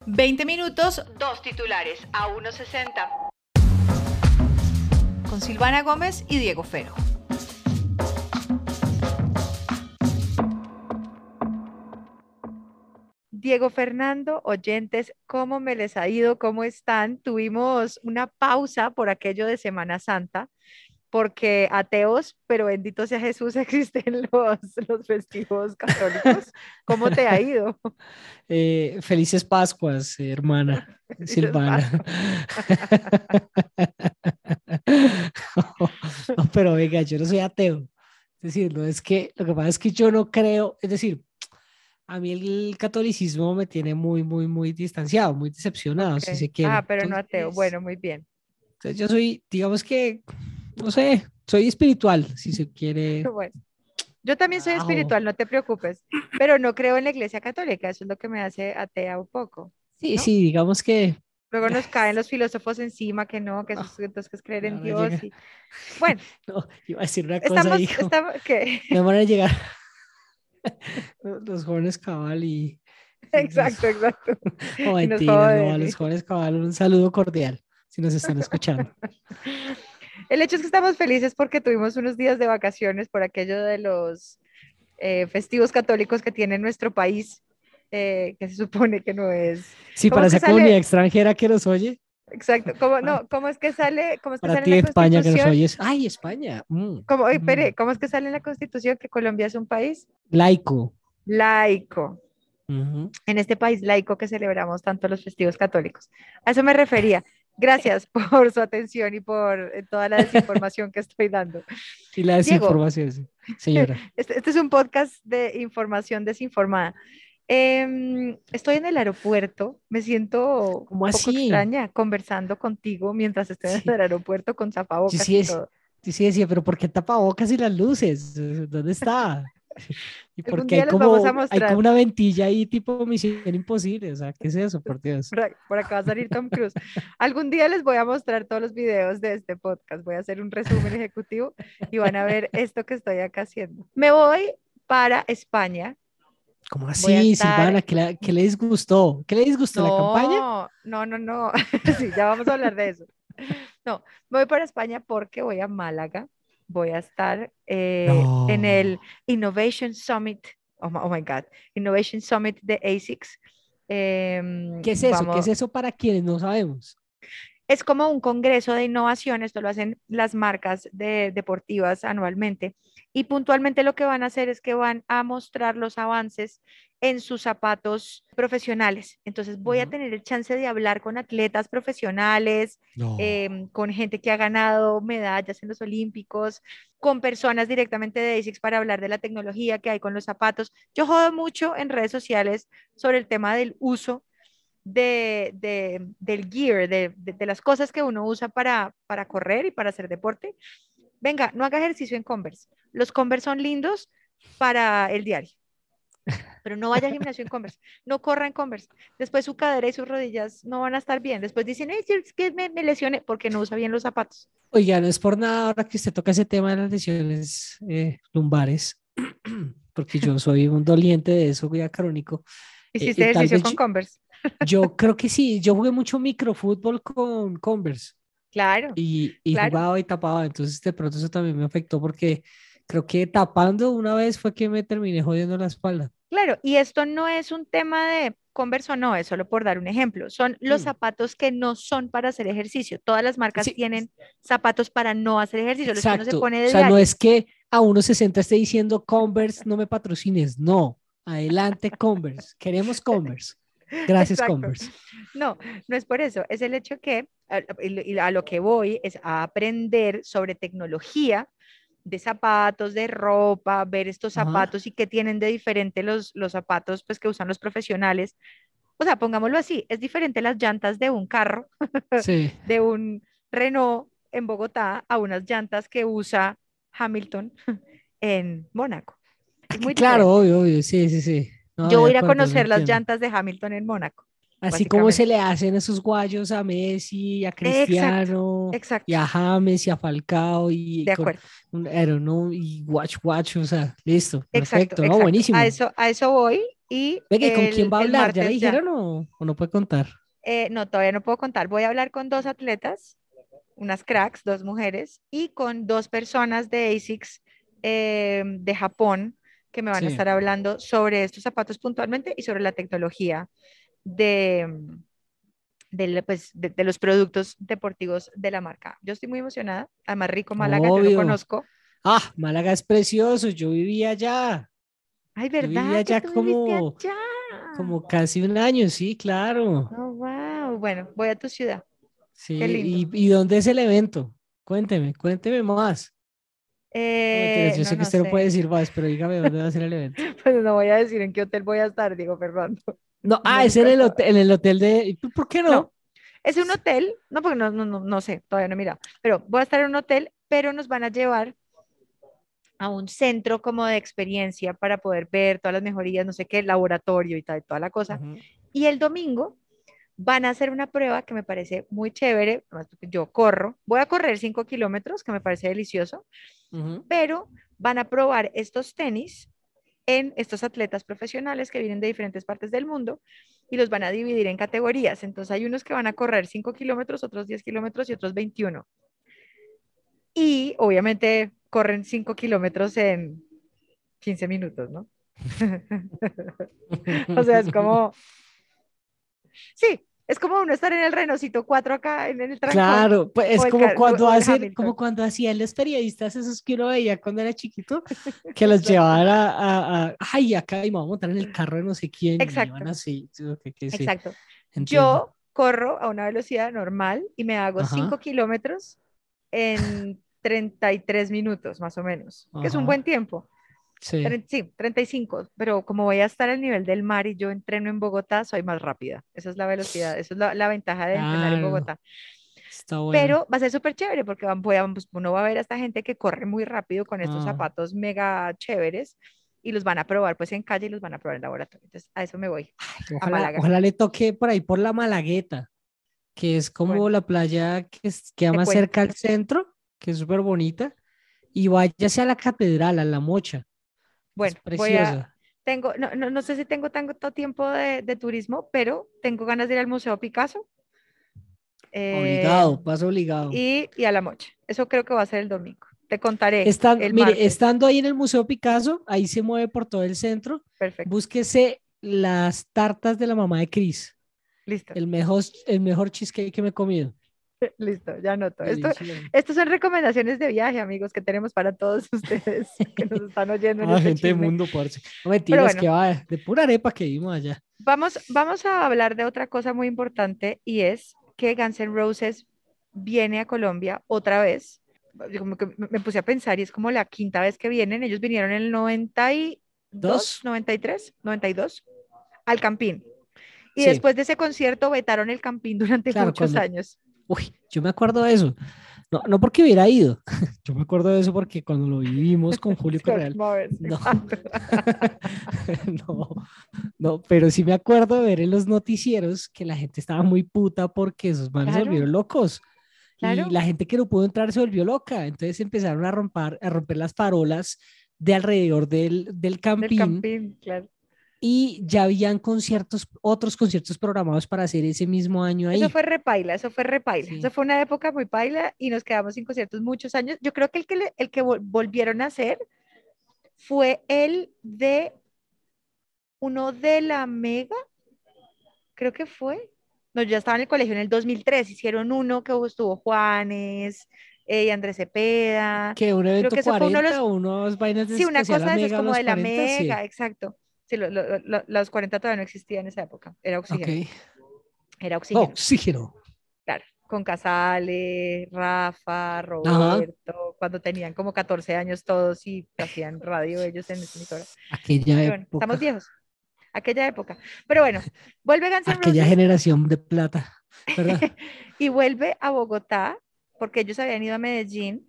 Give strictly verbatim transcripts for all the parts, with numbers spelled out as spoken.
veinte minutos, dos titulares a uno sesenta. Con Silvana Gómez y Diego Fero. Diego Fernando, oyentes, ¿cómo me les ha ido? ¿Cómo están? Tuvimos una pausa por aquello de Semana Santa, porque ateos, pero bendito sea Jesús, existen los, los festivos católicos. ¿Cómo te ha ido? Eh, felices Pascuas, eh, hermana Dices Silvana. Pascua. No, pero venga, yo no soy ateo. Es decir, no es que, lo que pasa es que yo no creo, es decir, a mí el catolicismo me tiene muy, muy, muy distanciado, muy decepcionado, si Ok. se quiere. Ah, pero no ateo. Entonces, Bueno, muy bien. entonces yo soy, digamos que, no sé, soy espiritual, si se quiere. Bueno, yo también soy Abajo. espiritual, no te preocupes, pero no creo en la Iglesia Católica, eso es lo que me hace atea un poco, Sí, ¿no? sí, digamos que Luego nos caen los filósofos encima que no, que eso no, es, entonces que es creer en ahora Dios llega. y bueno, No, iba a decir una cosa, estamos, hijo. estamos, ¿qué? Me van a llegar los jóvenes cabal y, y nos, Exacto, exacto. oh, Y nos mentiras, no, a joden. los y- jóvenes cabal un saludo cordial si nos están escuchando. El hecho es que estamos felices porque tuvimos unos días de vacaciones por aquello de los eh, festivos católicos que tiene nuestro país, eh, que se supone que no es. Sí, ¿Cómo para es que esa comunidad sale? extranjera que nos oye, Exacto. ¿Cómo, para, no, ¿cómo es que sale? ¿Cómo es que para sale en ti la España que nos Constitución? oyes, ay, España, mm, ¿Cómo, oye, mm, espere, ¿cómo es que sale en la Constitución que Colombia es un país laico. laico? Ujú. En este país laico que celebramos tanto los festivos católicos. A eso me refería. Gracias por su atención y por eh, toda la desinformación que estoy dando. Y la Diego, desinformación, sí. Señora. este, este es un podcast de información desinformada. Em, estoy en el aeropuerto, me siento un ¿Cómo poco así? extraña conversando contigo mientras estoy en Sí, el aeropuerto con sí, tapabocas sí, y es, todo. sí, sí decía, pero ¿por qué tapabocas y las luces? ¿Dónde está? Y Algún porque hay día les vamos a como, hay como mostrar. una ventilla ahí tipo Misión Imposible, o sea, ¿qué es eso, por Dios? Por, ac- por acá va a salir Tom Cruise. Algún día les voy a mostrar todos los videos de este podcast. Voy a hacer un resumen ejecutivo y van a ver esto que estoy acá haciendo. Me voy para España. ¿Cómo Voy a así, estar. Silvana? ¿Qué, la- qué le disgustó? ¿Qué le disgustó la campaña? No, no, no, no. Sí, ya vamos a hablar de eso. No, me voy para España porque voy a Málaga. Voy a estar eh, en el No. Innovation Summit. Oh my, oh my God. Innovation Summit de A S I C S. Em, ¿Qué es eso? ¿Qué es vamos, eso para quienes no sabemos? es como un congreso de innovación, esto lo hacen las marcas de, deportivas anualmente y puntualmente lo que van a hacer es que van a mostrar los avances en sus zapatos profesionales. Entonces voy a Ujú. tener el chance de hablar con atletas profesionales, No. em, con gente que ha ganado medallas en los Olímpicos, con personas directamente de A S I C S para hablar de la tecnología que hay con los zapatos. Yo jodo mucho en redes sociales sobre el tema del uso de, de- del gear, de, de- de las cosas que uno usa para, para correr y para hacer deporte. Venga, no haga ejercicio en Converse. Los Converse son lindos para el diario, pero no vaya al gimnasio en Converse, no corra en Converse. Después su cadera y sus rodillas no van a estar bien. Después dicen, "Ay, es que me, me lesioné porque no usa bien los zapatos". Oiga, no es por nada ahora que usted toca ese tema de las lesiones eh, lumbares, porque yo soy un doliente de eso, ya crónico. Eh, ¿Hiciste eh, tal ejercicio vez con yo, Converse? yo creo que sí, yo jugué mucho microfútbol con Converse. Claro, y, y claro. jugaba y tapaba, entonces de pronto eso también me afectó porque creo que tapando una vez fue que me terminé jodiendo la espalda. Claro, y esto no es un tema de Converse o no, es solo por dar un ejemplo. Son los Mm, zapatos que no son para hacer ejercicio. Todas las marcas sí, tienen zapatos para no hacer ejercicio, los que uno se exacto. pone O de sea, no diario. es que a uno sesenta esté diciendo Converse, no me patrocines, no. Adelante Converse, queremos Converse. Gracias Exacto. Converse. No, no es por eso. Es el hecho que a, y a lo que voy es a aprender sobre tecnología de zapatos, de ropa, ver estos Ajá, zapatos y qué tienen de diferente los, los zapatos pues, que usan los profesionales. O sea, pongámoslo así, es diferente las llantas de un carro, sí. de un Renault en Bogotá, a unas llantas que usa Hamilton en Mónaco. Ah, Es que muy claro, diferente. obvio, obvio, sí, sí, sí. No, Yo de voy a ir a acuerdo, lo conocer las entiendo. llantas de Hamilton en Mónaco, Así como se básicamente. le hacen esos guayos a Messi, a Exacto, Cristiano, y exacto, a James, y a Falcao, y de con acuerdo. un aerono y watch watch, o sea, listo, Exacto, perfecto, no, exacto. A buenísimo. eso, a eso voy. Y Venga, ¿y con quién el, va a el hablar? ¿Ya le martes ya. dijeron o, o no puede contar? Eh, no, todavía no puedo contar. Voy a hablar con dos atletas, unas cracks, dos mujeres, y con dos personas de ASICS eh, de Japón que me van a Sí. estar hablando sobre estos zapatos puntualmente y sobre la tecnología de, de, la- pues, de, de los productos deportivos de la marca. Yo estoy muy emocionada. Además, Rico Málaga, yo lo Obvio. conozco. Ah, Málaga es precioso. Yo vivía allá. Ay, Yo vivía ¿verdad que allá tú viviste como, allá? como casi un año, sí, claro. Oh, wow. Bueno, voy a tu ciudad. Qué Sí, lindo. ¿y, y dónde es el evento? Cuénteme, cuénteme más. No mentiras, Eh, yo no, sé que no usted no puede sé. decir más, pero dígame dónde va a ser el evento. Pues no voy a decir en qué hotel voy a estar, digo Fernando. No, Uno ah, es en nunca el sabe. hotel, en el hotel de. ¿Por qué No, no? es un hotel, no, porque no, no, no, no sé, todavía no he mirado, pero voy a estar en un hotel, pero nos van a llevar a un centro como de experiencia para poder ver todas las mejorías, no sé qué, laboratorio y tal, toda la cosa. Ujú, Y el domingo van a hacer una prueba que me parece muy chévere, además porque yo corro, voy a correr cinco kilómetros, que me parece delicioso, ujú. pero van a probar estos tenis en estos atletas profesionales que vienen de diferentes partes del mundo y los van a dividir en categorías. Entonces hay unos que van a correr cinco kilómetros, otros diez kilómetros y otros veintiuno. Y obviamente corren cinco kilómetros en quince minutos, ¿no? O sea, es como, sí, es como uno estar en el Renocito cuatro acá en el trancón Claro, pues o es el, como Car- cuando o el hacen, como Hamilton. cuando hacían los periodistas esos que uno veía cuando era chiquito, que los Exacto, llevaban a, a, a- ay, acá y me voy a montar en el carro de no sé quién y iban exacto, así, sí, ok, que sí, exacto. entiendo. Yo corro a una velocidad normal y me hago cinco Ajá, kilómetros en treinta y tres minutos, más o menos, que es un buen ajá, tiempo. sí, Tre- Sí, treinta y cinco, pero como voy a estar al nivel del mar y yo entreno en Bogotá, soy más rápida. Esa es la velocidad, esa es la, la ventaja de entrenar en claro, Bogotá. está bueno. Pero va a ser súper chévere porque van- voy a- pues, uno va a ver a esta gente que corre muy rápido con estos Ah, zapatos mega chéveres y los van a probar pues en calle y los van a probar en laboratorio. Entonces, a eso me voy, a ojalá, Málaga. ojalá le toque por ahí por la Malagueta, que es como Bueno, la playa que es- queda te más cuento. cerca al centro, que es súper bonita, y váyase a la catedral, a la Mocha, es Bueno, voy a, preciosa. tengo, no, no, no sé si tengo tanto tiempo de, de turismo, pero tengo ganas de ir al Museo Picasso eh, Obligado, paso obligado. y, y a La Mocha. Eso creo que va a ser el domingo. Te contaré Estando, el mire, martes. estando ahí en el Museo Picasso, ahí se mueve por todo el centro, Perfecto. búsquese las tartas de la mamá de Cris, Listo. el mejor, el mejor cheesecake que me he comido. Listo, ya anoto. Esto, Delicioso. estos son recomendaciones de viaje, amigos, que tenemos para todos ustedes que nos están oyendo en Ah, este gente de chisme. mundo, parce. No Pero mentiras, bueno, que va de pura arepa que vimos allá. vamos, vamos a hablar de otra cosa muy importante y es que Guns N' Roses viene a Colombia otra vez. Yo como que me me puse a pensar y es como la quinta vez que vienen. Ellos vinieron en el noventa y dos, Dos, noventa y tres, noventa y dos al Campín. Y sí, después de ese concierto vetaron el Campín durante claro, muchos cuando, años. uy, yo me acuerdo de eso. No, no porque hubiera ido, yo me acuerdo de eso porque cuando lo vivimos con Julio Sí, Correal, como ves, no, exacto. no, no, pero sí me acuerdo de ver en los noticieros que la gente estaba muy puta porque esos manes se Claro, volvieron locos y claro, la gente que no pudo entrar se volvió loca, entonces empezaron a romper, a romper las farolas de alrededor del, del del campín Campín, claro. y ya habían conciertos, otros conciertos programados para hacer ese mismo año Eso ahí. fue repaila, eso fue repaila. Eso Sí, fue una época muy paila y nos quedamos sin conciertos muchos años. Yo creo que el que, le- el que vol- volvieron a hacer fue el de uno de la Mega, creo que fue. No, yo ya estaba en el colegio en el dos mil tres, hicieron uno que estuvo Juanes eh, y Andrés Cepeda. que un Creo evento que eso fue uno de cuarenta los, o unas vainas de sí, una especial a cosa de esas Mega como los de la cuarenta, sí. Mega, exacto. Sí, lo- lo- lo- los cuarenta todavía no existía en esa época, era Ok. oxígeno, era oxígeno. Oxígeno. Claro, con Casale, Rafa, Ajá. Roberto, cuando tenían como catorce años todos y hacían radio ellos en esa emisora. Aquella Pero bueno, estamos época. viejos, aquella época. Pero bueno, vuelve Guns N' Aquella Roses generación de plata, ¿verdad? y vuelve a Bogotá, porque ellos habían ido a Medellín.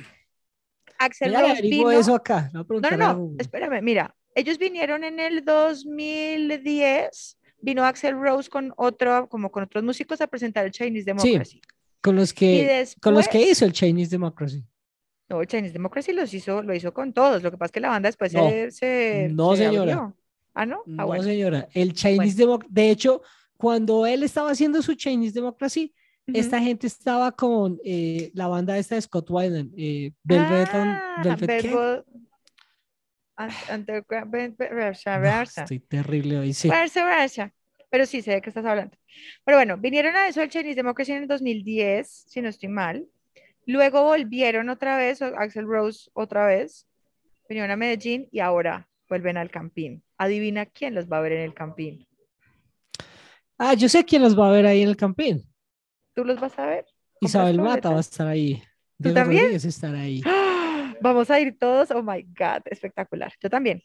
Axel Yo ya le Rose averiguo vino, eso acá. Le voy a no, no, preguntar a no, Google. espérame, mira, ellos vinieron en el dos mil diez, vino Axel Rose con otro, como con otros músicos a presentar el Chinese Sí, Democracy. con los Y que, con los que después hizo el Chinese Democracy. no, el Chinese Democracy los hizo, lo hizo con todos. Lo que pasa es que la banda después No, se, se, no, se señora. abrió. Ah, ¿no? Ah, No, bueno. señora. El Chinese Democracy, de hecho, cuando él estaba haciendo su Chinese Democracy, Ujú. esta gente estaba con eh, la banda esta de Scott Weiland, eh, Velvet, on- Ah, Velvet, ¿qué? Verbo, an- underground, ver- ver- versa, No, versa, estoy terrible hoy, sí. versa, versa. Pero sí sé de qué estás hablando. Pero bueno, vinieron a eso el Chinese Democracy en el dos mil diez, si no estoy mal. Luego volvieron otra vez, o- Axl Rose otra vez, vinieron a Medellín y ahora vuelven al Campín. Adivina quién los va a ver en el Campín. Ah, yo sé quién los va a ver ahí en el Campín. ¿Tú los vas a ver? Isabel ¿Compraste Mata va a boletas? estar ahí. ¿Tú Diego también? Rodríguez estará ahí. ¡Ah! Vamos a ir todos. Oh my God, espectacular. Yo también.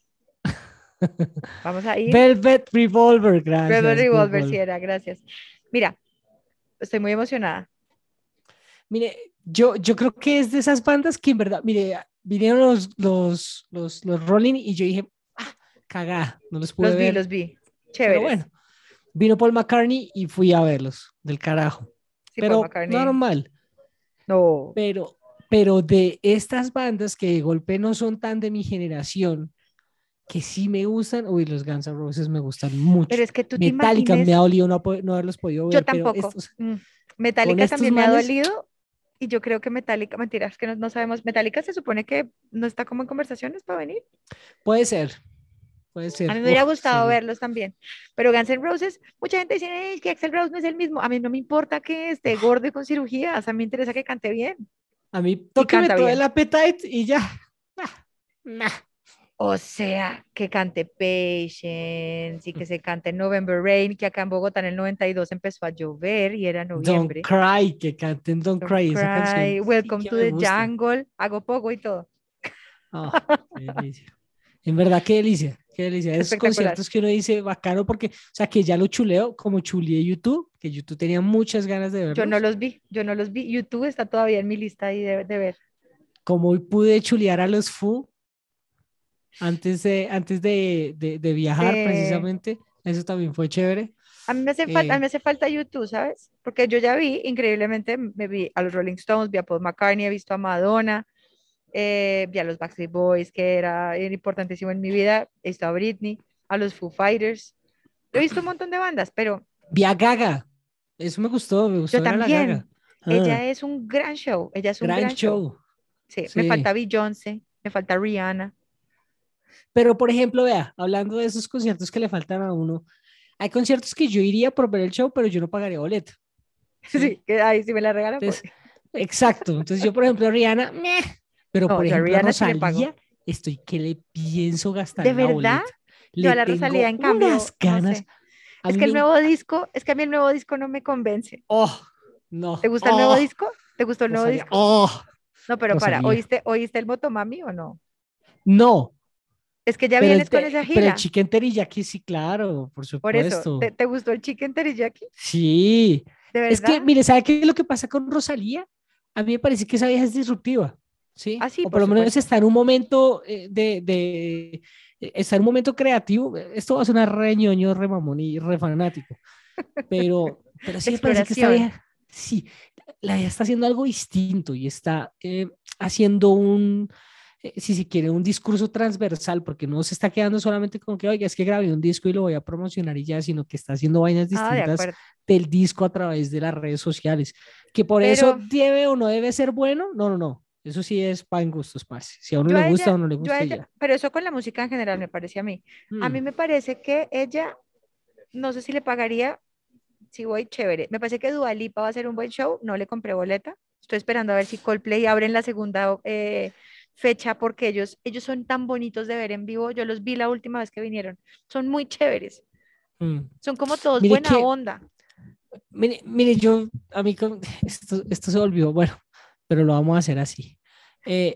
Vamos a ir. Velvet Revolver, Rebel gracias, Revolver, sí Google. era, gracias. Mira, estoy muy emocionada. Mire, yo, yo creo que es de esas bandas que en verdad, mire, vinieron los, los, los, los Rolling y yo dije, ah, cagada, no los pude Los vi, ver, los vi. pero Chéveres. bueno, vino Paul McCartney y fui a verlos, del carajo. Sí, Paul Pero McCartney. normal, No. pero, pero de estas bandas que de golpe no son tan de mi generación, que sí me gustan, uy, los Guns N' Roses me gustan mucho. Pero es que tú te Metallica me imagines, ha dolido no, po- no haberlos podido yo ver, pero tampoco. estos, Mm, con Metallica estos también me ha manes, dolido y yo creo que Metallica, mentiras, que no, no sabemos. Metallica se supone que no está como en conversaciones para venir. puede ser, puede A ser, mí me hubiera uf, gustado sería. verlos también. Pero Guns N' Roses, mucha gente dice "Ey, que Axl Rose no es el mismo". A mí no me importa que esté gordo y con cirugías. A mí me interesa que cante bien. A mí Y tóqueme canta todo el bien. appetite y ya. Nah, nah. O sea, que cante Patience y que se cante November Rain, que acá en Bogotá en el noventa y dos empezó a llover y era Don't noviembre. Cry, que canten Don't Don't Cry, esa canción Cry, sí Welcome que to me the gusta. Jungle, hago poco y todo. Oh, qué delicia. En verdad, qué delicia, qué delicia. Esos Espectacular. conciertos que uno dice bacano porque, o sea, que ya lo chuleo, como chuleé YouTube, que YouTube tenía muchas ganas de Yo no verlos, los vi, yo no los vi. YouTube está todavía en mi lista ahí de, de ver. como hoy pude chulear a los Foo antes de, antes de, de, de viajar Sí. precisamente, eso también fue chévere. A mí me hace falta, a mí Eh, me hace falta YouTube, ¿sabes? Porque yo ya vi, increíblemente, me vi a los Rolling Stones, vi a Paul McCartney, he visto a Madonna, eh, vi a los Backstreet Boys, que era, era importantísimo en mi vida, he visto a Britney, a los Foo Fighters, he visto un montón de bandas, pero vi a Gaga, eso me gustó, me yo gustó ver a la Gaga. también, Ah, ella es un gran show, ella es un gran gran show. show, Sí, me sí. falta Beyoncé, me falta Rihanna. Pero, por ejemplo, vea, hablando de esos conciertos que le faltan a uno, hay conciertos que yo iría por ver el show, pero yo no pagaría boleto, Sí, ¿sí? que ahí sí me la regalan, Entonces, voy. exacto. Entonces, yo, por ejemplo, a Rihanna, meh, pero, No, por yo a ejemplo, a Rihanna sí le pago. Rosalía, estoy que le pienso gastar ¿De en la verdad? boleta. Yo Le a la Rosalía, tengo en unas cambio, no ganas. sé. A Es mí que me... el en- nuevo disco, es que a mí el nuevo disco no me convence. Oh, ¿Te no. gusta el nuevo Oh, disco? ¿Te gustó el nuevo Rosalía. disco? Oh, No, pero para, Rosalía. ¿oíste, oíste el Motomami o no? No, Es que ya pero el, vienes con te- esa pero el gira. Chicken Teriyaki sí, claro, por Por eso, ¿te, supuesto. te gustó el Chicken Teriyaki? Sí, ¿De es que, verdad? mire, ¿sabe qué es lo que pasa con Rosalía? A mí me parece que esa vieja es disruptiva, ¿sí? Ah, sí, O por por lo menos supuesto. está en un momento eh, de, de, eh, está en un momento creativo. Esto va a sonar re ñoño, re mamón y re fanático, pero, pero De sí me parece que esta exploración. vieja, sí, la vieja está haciendo algo distinto y está eh, haciendo un, eh, si se quiere, un discurso transversal, porque no se está quedando solamente con que, oiga, es que grabé un disco y lo voy a promocionar y ya, sino que está haciendo vainas Ah, de distintas acuerdo. del disco a través de las redes sociales. Que por eso Pero debe o no debe ser bueno, no, no, no. Eso sí es para en gustos, parce. Si a uno yo le a gusta o ella, no le yo a gusta, ella, ya. pero eso con la música en general me parece a mí. A mí Hmm. me parece que ella, no sé si le pagaría, si voy, chévere. Me parece que Dua Lipa va a hacer un buen show, no le compré boleta. Estoy esperando a ver si Coldplay abren la segunda eh, fecha porque ellos, ellos son tan bonitos de ver en vivo. Yo los vi la última vez que vinieron. Son muy chéveres. Hmm. Son como todos Mire buena que, onda. mire, mire, yo, a mí, con- esto, esto se volvió, bueno, pero lo vamos a hacer así. Eh,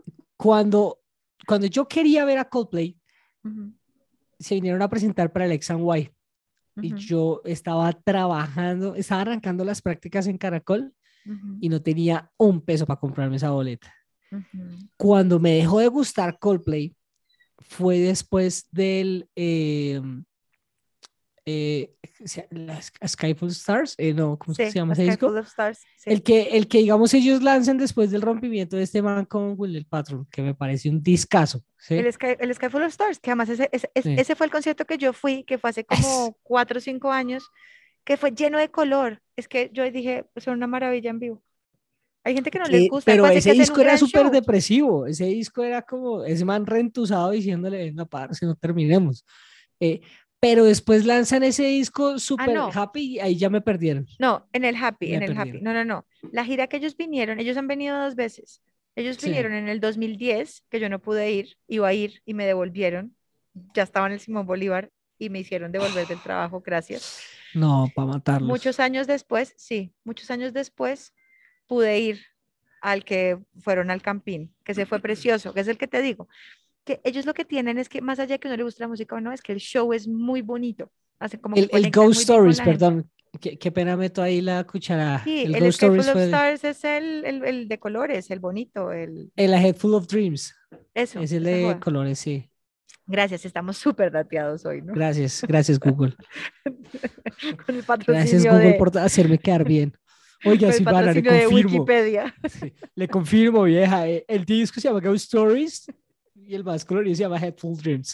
cuando, cuando yo quería ver a Coldplay, Ujú, se vinieron a presentar para el X and Y y ujú, yo estaba trabajando, estaba arrancando las prácticas en Caracol ujú, y no tenía un peso para comprarme esa boleta. ujú. Cuando me dejó de gustar Coldplay fue después del, eh, eh, se- la Sk- Sky Full of Stars, eh, no, ¿cómo es que Sí, se llama A ese Sky disco? Full of Stars. Sí. El que, el que, digamos, ellos lanzan después del rompimiento de este man con Will el Patrón, que me parece un discazo, ¿sí? El Sky, el Sky Full of Stars, que además ese, ese, ese- Sí. ese fue el concierto que yo fui, que fue hace Es, como cuatro o cinco años, que fue lleno de color. Es que yo dije, pues son una maravilla en vivo. Hay gente que no les que, gusta, me pero parece ese que hacen un disco era gran súper show. depresivo, ese disco era como ese man reentusado diciéndole, venga, parce, no terminemos. Eh, pero después lanzan ese disco Ah, súper no, happy y ahí ya me perdieron, no, en el Happy, me en el Happy. perdieron. No, no, no. La gira que ellos vinieron, ellos han venido dos veces. Ellos Sí, vinieron en el dos mil diez, que yo no pude ir, iba a ir y me devolvieron. Ya estaba en el Simón Bolívar y me hicieron devolver del trabajo, gracias. no, para matarlos. Muchos años después, sí, muchos años después pude ir al que fueron al Campín, que se fue precioso, que es el que te digo, que ellos lo que tienen es que más allá de que no le guste la música o no, es que el show es muy bonito, hacen como que El, el conectan Ghost muy bien con Stories, la gente. perdón, qué, qué pena meto ahí la cuchara. Sí, El el Ghost Sky Full Stories of fue el, Stars es el, el, el de colores, el bonito, el, el A Head Full of Dreams, eso, es el esa de joda. colores, sí. Gracias, estamos súper dateados hoy, ¿no? Gracias, gracias Google. Con el Gracias patrocinio Google de, por hacerme quedar bien. Oiga, con el Silvana, le patrocinio de confirmo. Wikipedia. Sí, le confirmo, vieja. eh, El disco se llama Ghost Stories y el más colorido se llama Headful Dreams.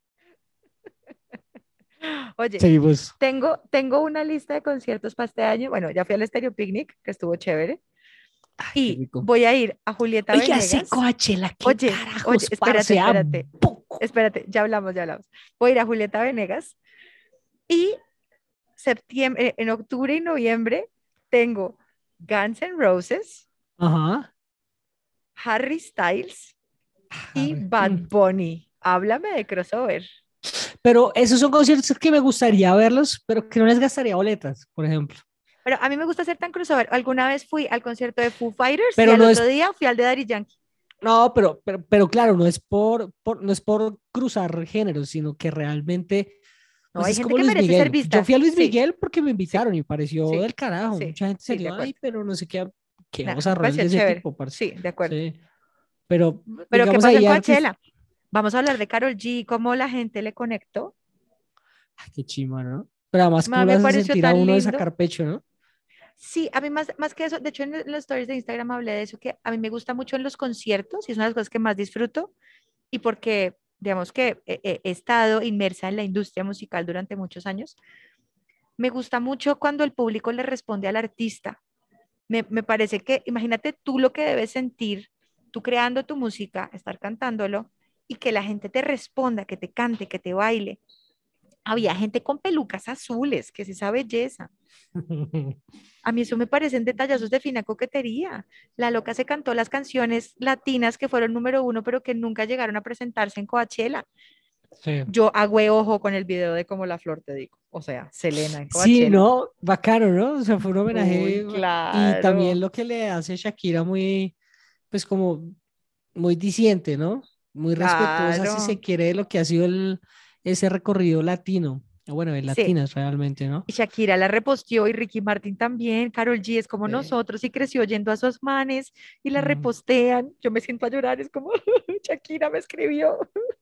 Oye, Seguimos. tengo, tengo una lista de conciertos para este año. Bueno, ya fui al Stereo Picnic, que estuvo chévere. Ay, qué Y rico. voy a ir a Julieta Oiga, ese Venegas. Coachella, qué Oye, oye, carajos, espérate, parce, a espérate, poco. espérate, ya hablamos, ya hablamos. Voy a ir a Julieta Venegas y septiembre, en octubre y noviembre tengo Guns N' Roses, Ajá. Harry Styles y Arre. Bad Mm. Bunny. Háblame de crossover. Pero esos son conciertos que me gustaría verlos, pero que no les gastaría boletas, por ejemplo. Pero a mí me gusta hacer tan crossover. Alguna vez fui al concierto de Foo Fighters y Pero al no otro es, día fui al de Daddy Yankee. no, pero, pero, pero claro, no es por, por, no es por cruzar géneros, sino que realmente, No, pues hay es gente como que Luis merece ser Miguel. Yo vista. fui a Luis Sí, Miguel porque me sí, invitaron y pareció sí, del carajo. sí, Mucha gente sí, de salió, ay, acuerdo. pero no sé qué, qué Nah, vamos a me rolar pareció de ese chévere. tipo, parce. Sí, de acuerdo. Sí, pero Pero ¿qué digamos pasó en ahí artistas, Coachella? Vamos a hablar de Karol G, cómo la gente le conectó. ay, qué chima, ¿no? Pero además, Ma, ¿cómo lo me hace pareció sentir a tan uno de lindo. sacar pecho, no? Sí, a mí más, más que eso, de hecho en los stories de Instagram hablé de eso, que a mí me gusta mucho en los conciertos y es una de las cosas que más disfruto y porque, digamos que he, he- he estado inmersa en la industria musical durante muchos años, me gusta mucho cuando el público le responde al artista. Me, me parece que, imagínate tú lo que debes sentir, tú creando tu música, estar cantándolo y que la gente te responda, que te cante, que te baile. Había gente con pelucas azules, que es esa belleza. A mí eso me parecen detallazos de fina coquetería. La loca se cantó las canciones latinas que fueron número uno, pero que nunca llegaron a presentarse en Coachella. Sí. Yo agüé ojo con el video de Como la Flor, te digo. O sea, Selena en Sí, Coachella. ¿no? Bacano, ¿no? O sea, fue un Uy, homenaje y también claro. lo que le hace Shakira muy, pues como muy diciente, ¿no? Muy respetuosa, si se Claro. quiere, de lo que ha sido el, ese recorrido latino. O bueno, de Sí. latinas realmente, ¿no? Y Shakira la reposteó y Ricky Martin también. Karol G es como Sí. nosotros y creció oyendo a sus manes y la Mm. repostean. Yo me siento a llorar, es como Shakira me escribió.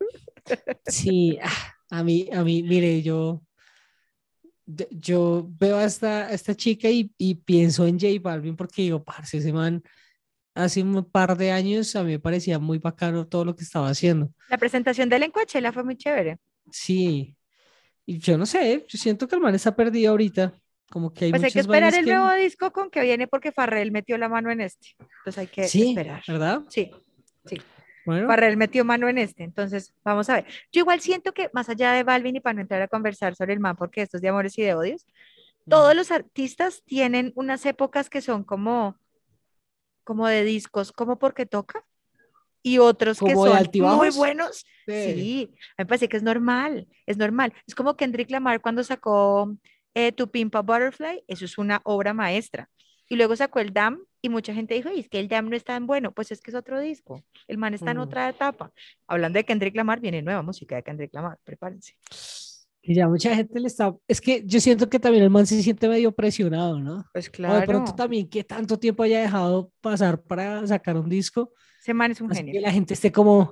Sí, ah, a mí, a mí, mire, yo, de- yo veo a esta, a esta chica y, y pienso en J Balvin porque digo, parce, ese man hace un par de años a mí me parecía muy bacano todo lo que estaba haciendo. La presentación de él en Coachella fue muy chévere. Sí, y yo no sé, yo siento que el man está perdido ahorita, como que hay Pues hay que muchas esperar vainas el que, nuevo disco con que viene porque Farrell metió la mano en este. Entonces hay que sí, esperar. ¿verdad? Sí, sí. Bueno, Farrell metió mano en este. Entonces vamos a ver. Yo igual siento que más allá de Balvin y para no entrar a conversar sobre el man porque esto es de amores y de odios, mm, todos los artistas tienen unas épocas que son como, como de discos, como porque toca, y otros que como de son muy altibajos. buenos. Sí. Sí, a mí me parece que es normal, es normal. Es como Kendrick Lamar cuando sacó eh, To Pimp a Butterfly, eso es una obra maestra. Y luego sacó el Damn y mucha gente dijo, "Ay, es que el Damn no es tan bueno, pues es que es otro disco. El man está en Mm. otra etapa. Hablando de Kendrick Lamar, viene nueva música de Kendrick Lamar, prepárense. Y ya mucha gente le está, es que yo siento que también el man se siente medio presionado, ¿no? Pues O de pronto claro, también que tanto tiempo haya dejado pasar para sacar un disco, ese man es un así que genio. la gente esté como,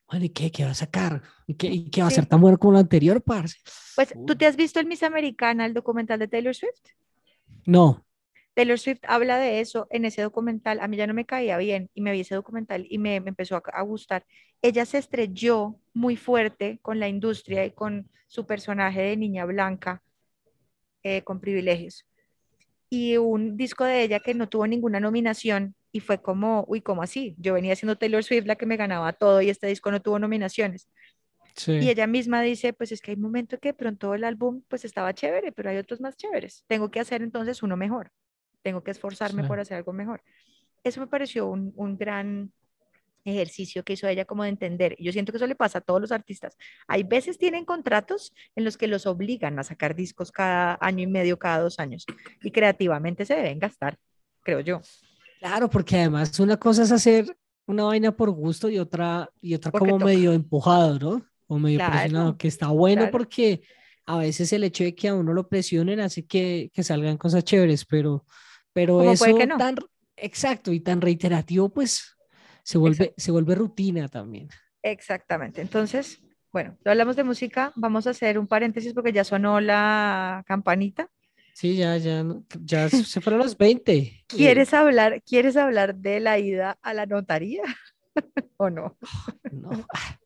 Bueno, ¿y qué, qué va a sacar? ¿Y qué, y qué va a ser Sí, tan bueno como lo anterior, parce? pues Uy, tú te has visto el Miss Americana, el documental de Taylor Swift. no, Taylor Swift habla de eso en ese documental. A mí ya no me caía bien y me vi ese documental y me, me empezó a, a gustar. Ella se estrelló muy fuerte con la industria y con su personaje de niña blanca eh, con privilegios. Y un disco de ella que no tuvo ninguna nominación y fue como, uy, ¿cómo así? Yo venía siendo Taylor Swift la que me ganaba todo y este disco no tuvo nominaciones. Y sí, ella misma dice, pues es que hay momentos que de pronto el álbum pues estaba chévere, pero hay otros más chéveres. Tengo que hacer entonces uno mejor. Tengo que sí. esforzarme por hacer algo mejor. Eso me pareció un, un gran ejercicio que hizo ella como de entender. Yo siento que eso le pasa a todos los artistas. Hay veces tienen contratos en los que los obligan a sacar discos cada año y medio, cada dos años, y creativamente se deben gastar, creo yo, Claro, porque además una cosa es hacer una vaina por gusto y otra, y otra porque como medio toca. empujado, ¿no? O medio presionado, Claro, que está bueno claro. porque a veces el hecho de que a uno lo presionen hace que, que salgan cosas chéveres, pero, pero Como puede que eso no. tan exacto y tan reiterativo, pues se vuelve, Exacto. se vuelve rutina también. Exactamente. Entonces, bueno, ya hablamos de música. Vamos a hacer un paréntesis porque ya sonó la campanita. Sí, ya, ya, no- ya se fueron los veinte. Eh, ¿Quieres hablar, quieres hablar de la ida a la notaría o no? no.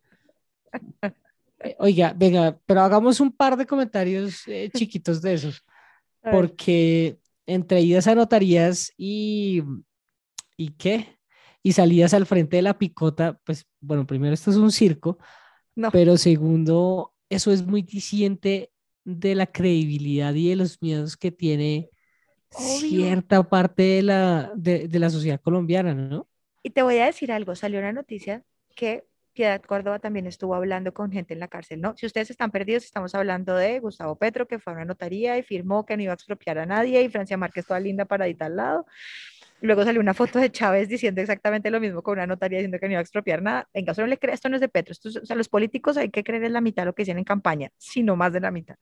Eh, Oiga, venga, pero hagamos un par de comentarios eh, chiquitos de esos, A ver, porque entre idas a notarías y, ¿y qué? Y salidas al frente de la picota, pues bueno, primero esto es un circo, no, pero segundo, eso es muy diciente de la credibilidad y de los miedos que tiene obvio. cierta parte de la, de, de la sociedad colombiana, ¿no? Y te voy a decir algo, salió una noticia que Piedad Córdoba también estuvo hablando con gente en la cárcel, ¿no? Si ustedes están perdidos, estamos hablando de Gustavo Petro, que fue a una notaría y firmó que no iba a expropiar a nadie, y Francia Márquez toda linda paradita al lado. Luego salió una foto de Chávez diciendo exactamente lo mismo con una notaría diciendo que no iba a expropiar nada. En caso no le crea, esto no es de Petro. Esto es- o sea, los políticos hay que creer en la mitad de lo que dicen en campaña, sino más de la mitad.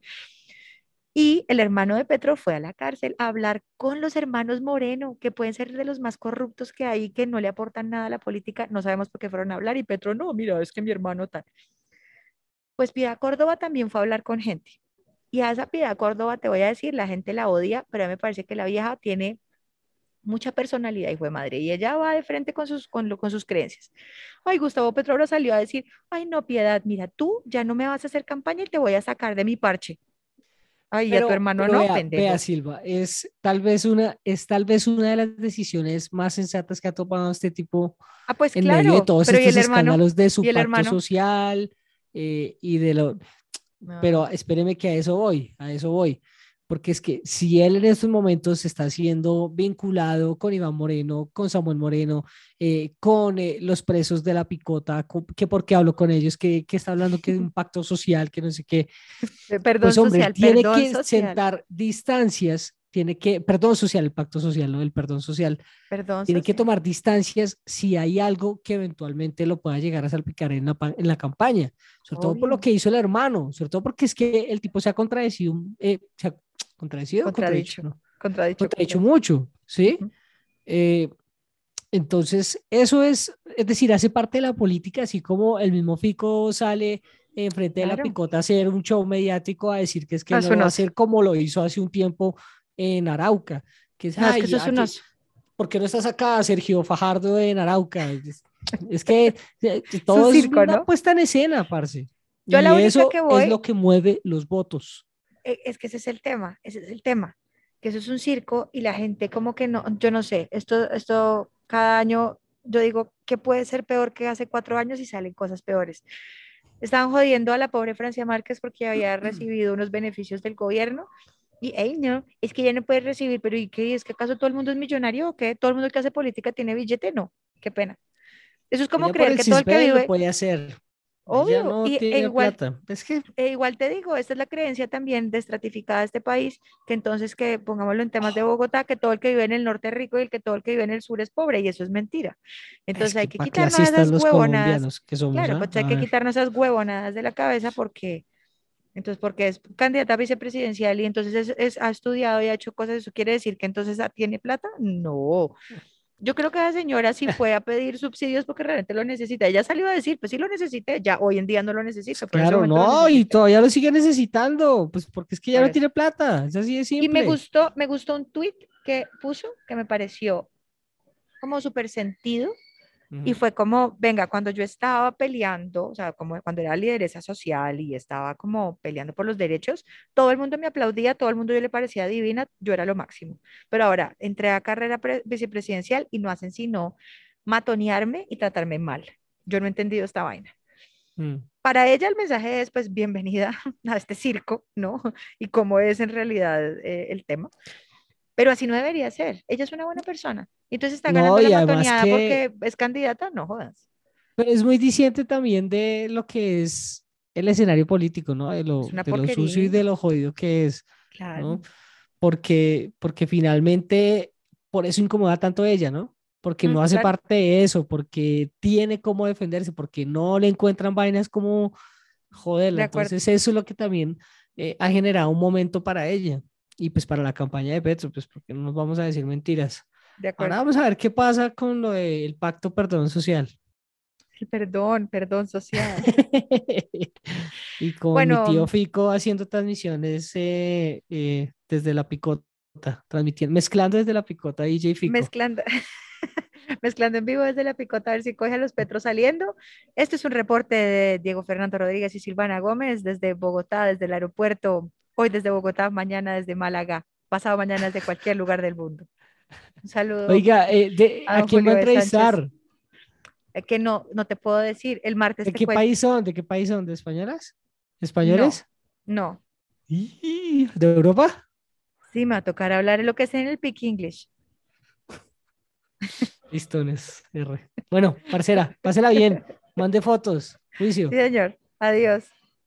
Y el hermano de Petro fue a la cárcel a hablar con los hermanos Moreno, que pueden ser de los más corruptos que hay, que no le aportan nada a la política. No sabemos por qué fueron a hablar. Y Petro, no, mira, es que mi hermano tal. Pues Piedad Córdoba también fue a hablar con gente. Y a esa Piedad Córdoba te voy a decir, la gente la odia, pero a mí me parece que la vieja tiene mucha personalidad, hijo de madre, y ella va de frente con sus, con, lo- con sus creencias. Ay, Gustavo Petro ahora salió a decir, ay, no, Piedad, mira, tú ya no me vas a hacer campaña y te voy a sacar de mi parche. Ay, ya tu Pero, hermano pero no, vea, vea, pendejo. Silva, es tal vez una, es tal vez una de las decisiones más sensatas que ha tomado este tipo Ah, pues en medio de claro, todos pero ¿y estos el hermano? escándalos de ¿Y su el pacto hermano? social eh, y de lo, pero No. espéreme que a eso voy, a eso voy, porque es que si él en estos momentos está siendo vinculado con Iván Moreno, con Samuel Moreno, eh, con eh, los presos de la picota, con- que porque hablo con ellos, que, que está hablando que de un pacto social, que no sé qué, Eh, pues Perdón hombre, él social, tiene perdón que social, sentar distancias, tiene que, perdón social, el pacto social, ¿no? El perdón social, perdón tiene que social. tomar distancias si hay algo que eventualmente lo pueda llegar a salpicar en la, pa- en la campaña, sobre todo por lo Obvio, que hizo el hermano, sobre todo porque es que el tipo se ha contradecido, eh, se ha contradecido o contradicho, contradicho, ¿no? contradicho, Contradicho contradicho. mucho, ¿sí? Ujú. Eh, entonces, eso es, es decir, hace parte de la política, así como el mismo Fico sale enfrente de la Claro, picota a hacer un show mediático a decir que es que no él es no lo un va a oso. hacer como lo hizo hace un tiempo en Arauca, que es, No, es que ay, eso es ¿a un qué- oso. ¿por qué no estás acá, Sergio Fajardo en Arauca? Es, es que eh, Es un todo es circo, una ¿no? puesta en escena, parce. Yo a Y la única eso que es voy, lo que mueve los votos. e- es que ese es el tema, ese es el tema, que eso es un circo y la gente como que no, yo no sé, esto, esto cada año, yo digo, ¿qué puede ser peor que hace cuatro años y salen cosas peores? Estaban jodiendo a la pobre Francia Márquez porque había recibido unos beneficios del gobierno y, hey, no, es que ya no puede recibir, pero ¿y qué? ¿Es que acaso todo el mundo es millonario o qué? ¿Todo el mundo que hace política tiene billete? No, qué pena. Eso es como Ella por creer el que todo el que CISBEN lo vive, puede hacer. Ella obvio, no y, e tiene igual plata. Es que e igual te digo, esta es la creencia también destratificada de este país, que entonces que pongámoslo en temas de Bogotá, que todo el que vive en el norte es rico y el que todo el que vive en el sur es pobre, y eso es mentira. Es Entonces hay que que para quitarnos clasistas esas los huevonadas, colombianos que somos, claro, ¿ah? pues hay A que ver. quitarnos esas huevonadas de la cabeza porque, entonces, porque es candidata a vicepresidencial y entonces es, es- ha estudiado y ha hecho cosas, ¿eso quiere decir que entonces ah, tiene plata? No, Yo creo que esa señora sí fue a pedir subsidios porque realmente lo necesita. Ella salió a decir, pues sí lo necesité, ya hoy en día no lo necesito, pero en ese Claro, momento lo no, y necesité. todavía lo sigue necesitando, pues porque es que ya Por no eso. tiene plata, es así de Y me simple. gustó, me gustó un tweet que puso que me pareció como súper sentido. Y Ujú. fue como, venga, cuando yo estaba peleando, o sea, como cuando era lideresa social y estaba como peleando por los derechos, todo el mundo me aplaudía, todo el mundo yo le parecía divina, yo era lo máximo. Pero ahora entré a carrera pre- vicepresidencial y no hacen sino matonearme y tratarme mal. Yo no he entendido esta vaina. Mm. Para ella el mensaje es, pues, bienvenida a este circo, ¿no? Y cómo es en realidad eh, el tema. Pero así no debería ser. Ella es una buena persona. Y entonces está No, ganando la y además matoneada que porque es candidata, no jodas. pero es muy diciente también de lo que es el escenario político, ¿no? De Es lo, una de lo sucio y porquería. de lo jodido que es, ¿no? Claro, Porque, porque finalmente, por eso incomoda tanto a ella, ¿no? Porque mm, no hace claro, parte de eso, porque tiene cómo defenderse, porque no le encuentran vainas como joderla. de acuerdo, Entonces, eso es lo que también eh, ha generado un momento para ella y pues para la campaña de Petro, pues porque no nos vamos a decir mentiras. de Ahora acuerdo. vamos a ver qué pasa con lo del pacto perdón social. El perdón, perdón social. Y con mi tío Bueno, Fico haciendo transmisiones eh, eh, desde la picota, transmitiendo, mezclando desde la picota D J Fico. mezclando, mezclando en vivo desde la picota, a ver si coge a los Petros saliendo. Este es un reporte de Diego Fernando Rodríguez y Silvana Gómez desde Bogotá, desde el aeropuerto, hoy desde Bogotá, mañana desde Málaga, pasado mañana desde cualquier lugar del mundo. Un saludo Oiga, eh, de, a ¿a don quién va Julio a de Sánchez, entrevistar? eh, que no, no te puedo decir, el martes ¿De te qué cuento. país son? ¿De qué país son? ¿De españolas? No, ¿Españoles? no, ¡Y! ¿De Europa? sí, me va a tocar hablar en lo que sé en el Peak English. Listones, R. Bueno, parcera, pásela bien, mande fotos, Sí, juicio. señor. Adiós.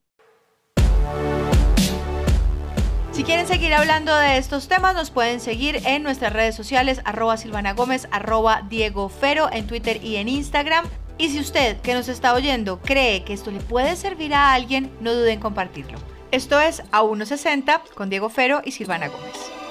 Si quieren seguir hablando de estos temas, nos pueden seguir en nuestras redes sociales, arroba Silvana Gómez, arroba Diego Fero, en Twitter y en Instagram. Y si usted que nos está oyendo cree que esto le puede servir a alguien, no duden en compartirlo. Esto es A uno sesenta con Diego Fero y Silvana Gómez.